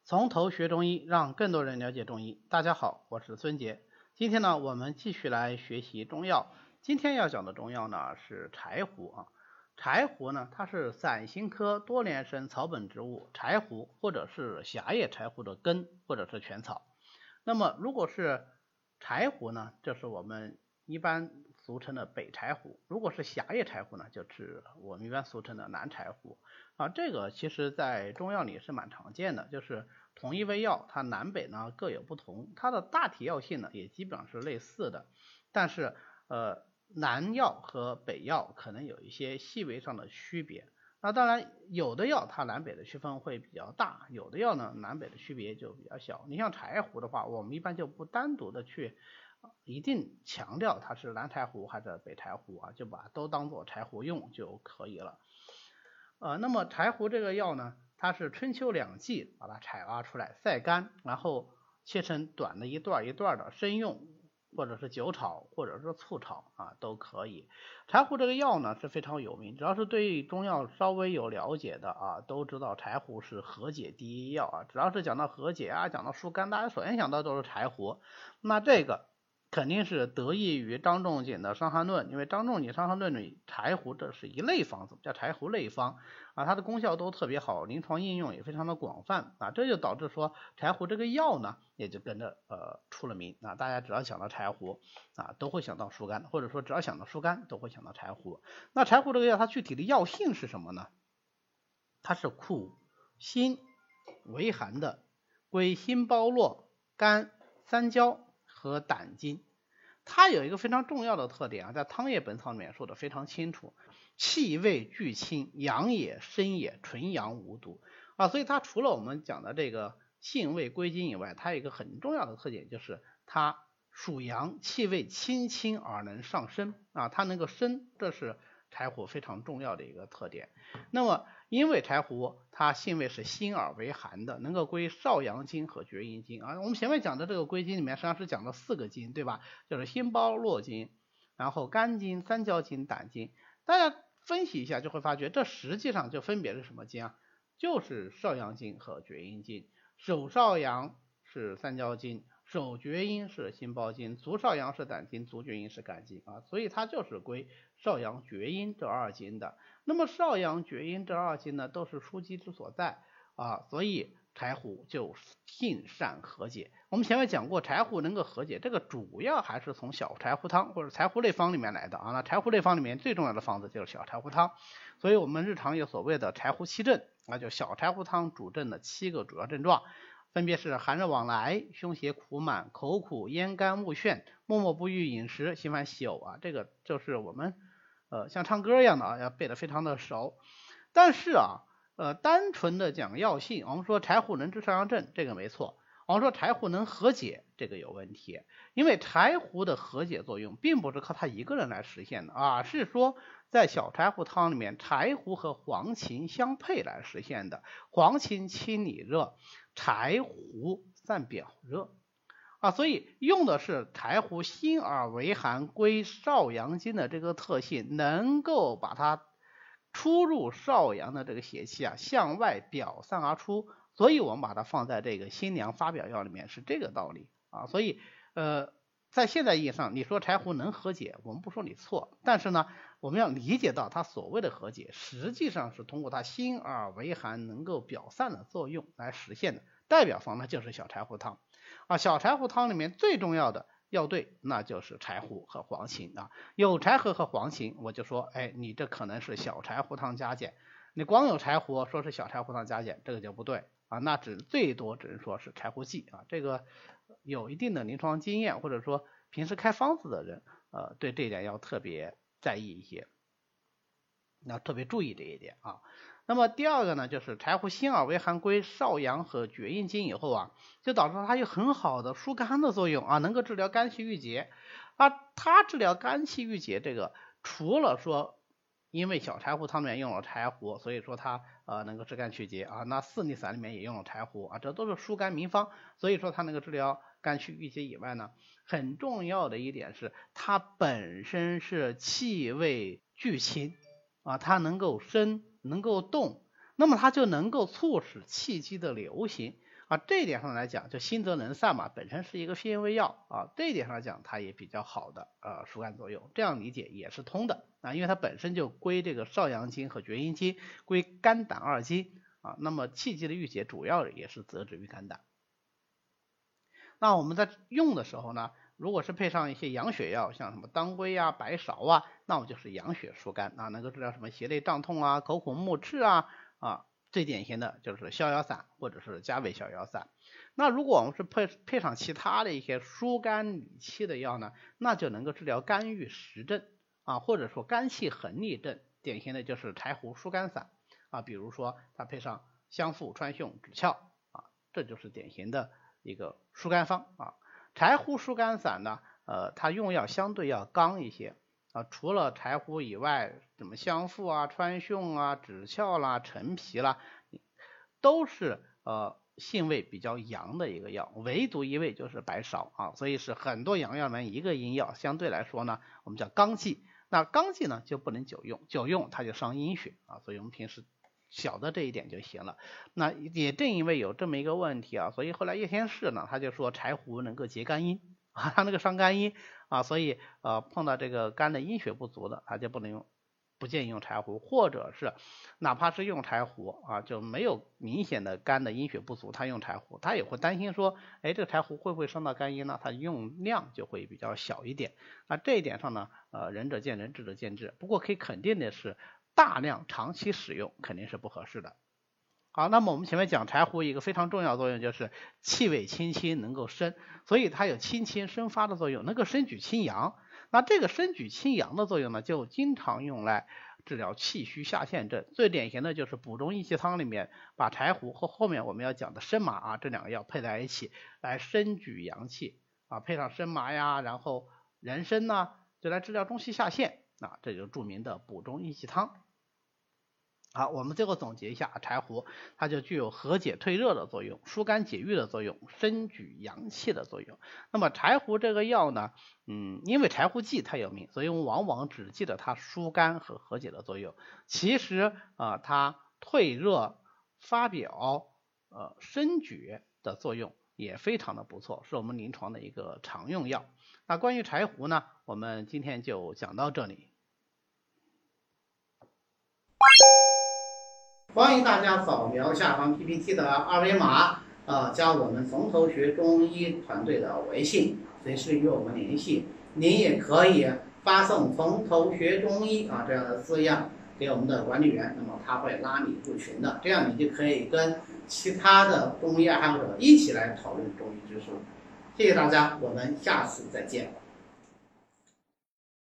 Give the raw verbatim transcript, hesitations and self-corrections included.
从头学中医，让更多人了解中医。大家好，我是孙杰。今天呢，我们继续来学习中药。今天要讲的中药呢是柴胡啊。柴胡呢，它是伞形科多年生草本植物柴胡或者是狭叶柴胡的根或者是全草。那么如果是柴胡呢，就是我们一般俗称的北柴胡；如果是狭叶柴胡呢，就是我们一般俗称的南柴胡啊。这个其实在中药里是蛮常见的，就是同一味药，它南北呢各有不同，它的大体药性呢也基本上是类似的，但是呃南药和北药可能有一些细微上的区别。那当然有的药它南北的区分会比较大，有的药呢南北的区别就比较小。你像柴胡的话，我们一般就不单独的去一定强调它是南柴胡还是北柴胡啊，就把都当做柴胡用就可以了。呃，那么柴胡这个药呢，它是春秋两季把它采挖出来晒干，然后切成短的一段一段的生用，或者是酒炒或者是醋炒啊都可以。柴胡这个药呢是非常有名，只要是对中药稍微有了解的啊，都知道柴胡是和解第一药啊。只要是讲到和解啊，讲到疏肝，大家首先想到都是柴胡。那这个肯定是得益于张仲景的《伤寒论》，因为张仲景《伤寒论》里柴胡这是一类方子，叫柴胡类方啊，它的功效都特别好，临床应用也非常的广泛啊，这就导致说柴胡这个药呢也就跟着呃出了名啊，大家只要想到柴胡啊都会想到疏肝，或者说只要想到疏肝都会想到柴胡。那柴胡这个药它具体的药性是什么呢？它是苦辛微寒的，归心包络、肝、三焦和胆经。它有一个非常重要的特点啊，在汤液本草里面说的非常清楚，气味俱清，阳也生也，纯阳无毒啊。所以它除了我们讲的这个性味归经以外，它有一个很重要的特点，就是它属阳，气味清清而能上升啊，它能够升，这是柴胡非常重要的一个特点。那么因为柴胡它性味是辛而为寒的，能够归少阳经和厥阴经啊。我们前面讲的这个归经里面实际上是讲了四个经，对吧？就是心包络经，然后肝经、三焦经、胆经。大家分析一下就会发觉，这实际上就分别是什么经啊？就是少阳经和厥阴经。手少阳是三焦经，手厥阴是心包经，足少阳是胆经，足厥阴是肝经啊，所以它就是归少阳厥阴这二经的。那么少阳厥阴这二经呢都是枢机之所在啊，所以柴胡就性善和解。我们前面讲过，柴胡能够和解，这个主要还是从小柴胡汤或者柴胡类方里面来的啊。那柴胡类方里面最重要的方子就是小柴胡汤，所以我们日常有所谓的柴胡七症啊，就小柴胡汤主症的七个主要症状，分别是寒热往来、胸胁苦满、口苦、咽干、目眩、默默不欲饮食、心烦喜呕啊。这个就是我们呃像唱歌一样的啊，要背得非常的熟。但是啊呃单纯的讲药性，我们说柴胡能治少阳症，这个没错。我们说柴胡能和解，这个有问题，因为柴胡的和解作用并不是靠它一个人来实现的啊，是说在小柴胡汤里面，柴胡和黄芩相配来实现的。黄芩清里热，柴胡散表热啊，所以用的是柴胡辛而为寒，归少阳经的这个特性，能够把它出入少阳的这个邪气啊向外表散而出，所以我们把它放在这个辛凉发表药里面是这个道理啊。所以呃在现代意义上，你说柴胡能和解，我们不说你错，但是呢我们要理解到它所谓的和解实际上是通过它辛而为寒能够表散的作用来实现的。代表方呢就是小柴胡汤啊，小柴胡汤里面最重要的药对，那就是柴胡和黄芩啊。有柴胡和黄芩，我就说，哎，你这可能是小柴胡汤加减。你光有柴胡说是小柴胡汤加减，这个就不对啊，那只最多只能说是柴胡剂啊。这个有一定的临床经验或者说平时开方子的人，呃，对这一点要特别在意一些，要特别注意这一点啊。那么第二个呢，就是柴胡辛而为寒，归少阳和厥阴经以后啊，就导致它有很好的疏肝的作用啊，能够治疗肝气郁结啊。它治疗肝气郁结这个，除了说因为小柴胡汤里面用了柴胡，所以说它呃能够治肝祛结啊，那四逆散里面也用了柴胡啊，这都是疏肝名方，所以说它能够治疗肝气郁结以外呢，很重要的一点是它本身是气味俱清啊，它能够升能够动，那么它就能够促使气机的流行啊，这一点上来讲，就辛泽能散嘛，本身是一个穴位药啊，这一点上来讲，它也比较好的呃疏肝作用，这样理解也是通的啊，因为它本身就归这个少阳经和厥阴经，归肝胆二经啊，那么气机的郁结主要也是责止于肝胆。那我们在用的时候呢，如果是配上一些养血药，像什么当归啊、白芍啊，那么就是养血疏肝啊，能够治疗什么胁肋胀痛啊、口苦目赤啊啊，最典型的就是逍遥散或者是加味逍遥散。那如果我们是配配上其他的一些疏肝理气的药呢，那就能够治疗肝郁实症啊，或者说肝气横逆症，典型的就是柴胡疏肝散啊，比如说它配上香附、川芎、枳壳啊，这就是典型的一个疏肝方啊。柴胡疏肝散呢，呃，它用药相对要刚一些啊，除了柴胡以外，什么香附啊、川芎啊、枳壳啦、陈皮啦，都是呃性味比较阳的一个药，唯独一味就是白芍啊，所以是很多阳药里面一个阴药，相对来说呢，我们叫刚剂。那刚剂呢就不能久用，久用它就伤阴血啊，所以我们平时晓得这一点就行了。那也正因为有这么一个问题啊，所以后来叶天士呢他就说柴胡能够结肝阴啊，他那个伤肝阴啊，所以呃碰到这个肝的阴血不足的，他就不能用，不建议用柴胡，或者是哪怕是用柴胡啊，就没有明显的肝的阴血不足，他用柴胡，他也会担心说，哎，这个柴胡会不会伤到肝阴呢？他用量就会比较小一点。那这一点上呢，呃，仁者见仁，智者见智。不过可以肯定的是，大量长期使用肯定是不合适的。好，那么我们前面讲柴胡一个非常重要的作用就是气味清清，能够生，所以它有清清生发的作用，能够升举清阳。那这个升举清阳的作用呢，就经常用来治疗气虚下陷症。最典型的就是补中益气汤里面把柴胡和后面我们要讲的生麻啊这两个药配在一起来升举阳气啊，配上生麻呀，然后人参呢，就来治疗中气下陷啊，这就是著名的补中益气汤。好，我们最后总结一下，柴胡它就具有和解退热的作用，疏肝解郁的作用，升举阳气的作用。那么柴胡这个药呢，嗯，因为柴胡记它有名，所以我们往往只记得它疏肝和和解的作用。其实啊、呃，它退热、发表、呃升举的作用也非常的不错，是我们临床的一个常用药。那关于柴胡呢，我们今天就讲到这里。欢迎大家扫描下方 P P T 的二维码，呃，加我们从头学中医团队的微信，随时与我们联系。您也可以发送"从头学中医"啊这样的字样给我们的管理员，那么他会拉你入群的，这样你就可以跟其他的中医爱好者一起来讨论中医知识。谢谢大家，我们下次再见。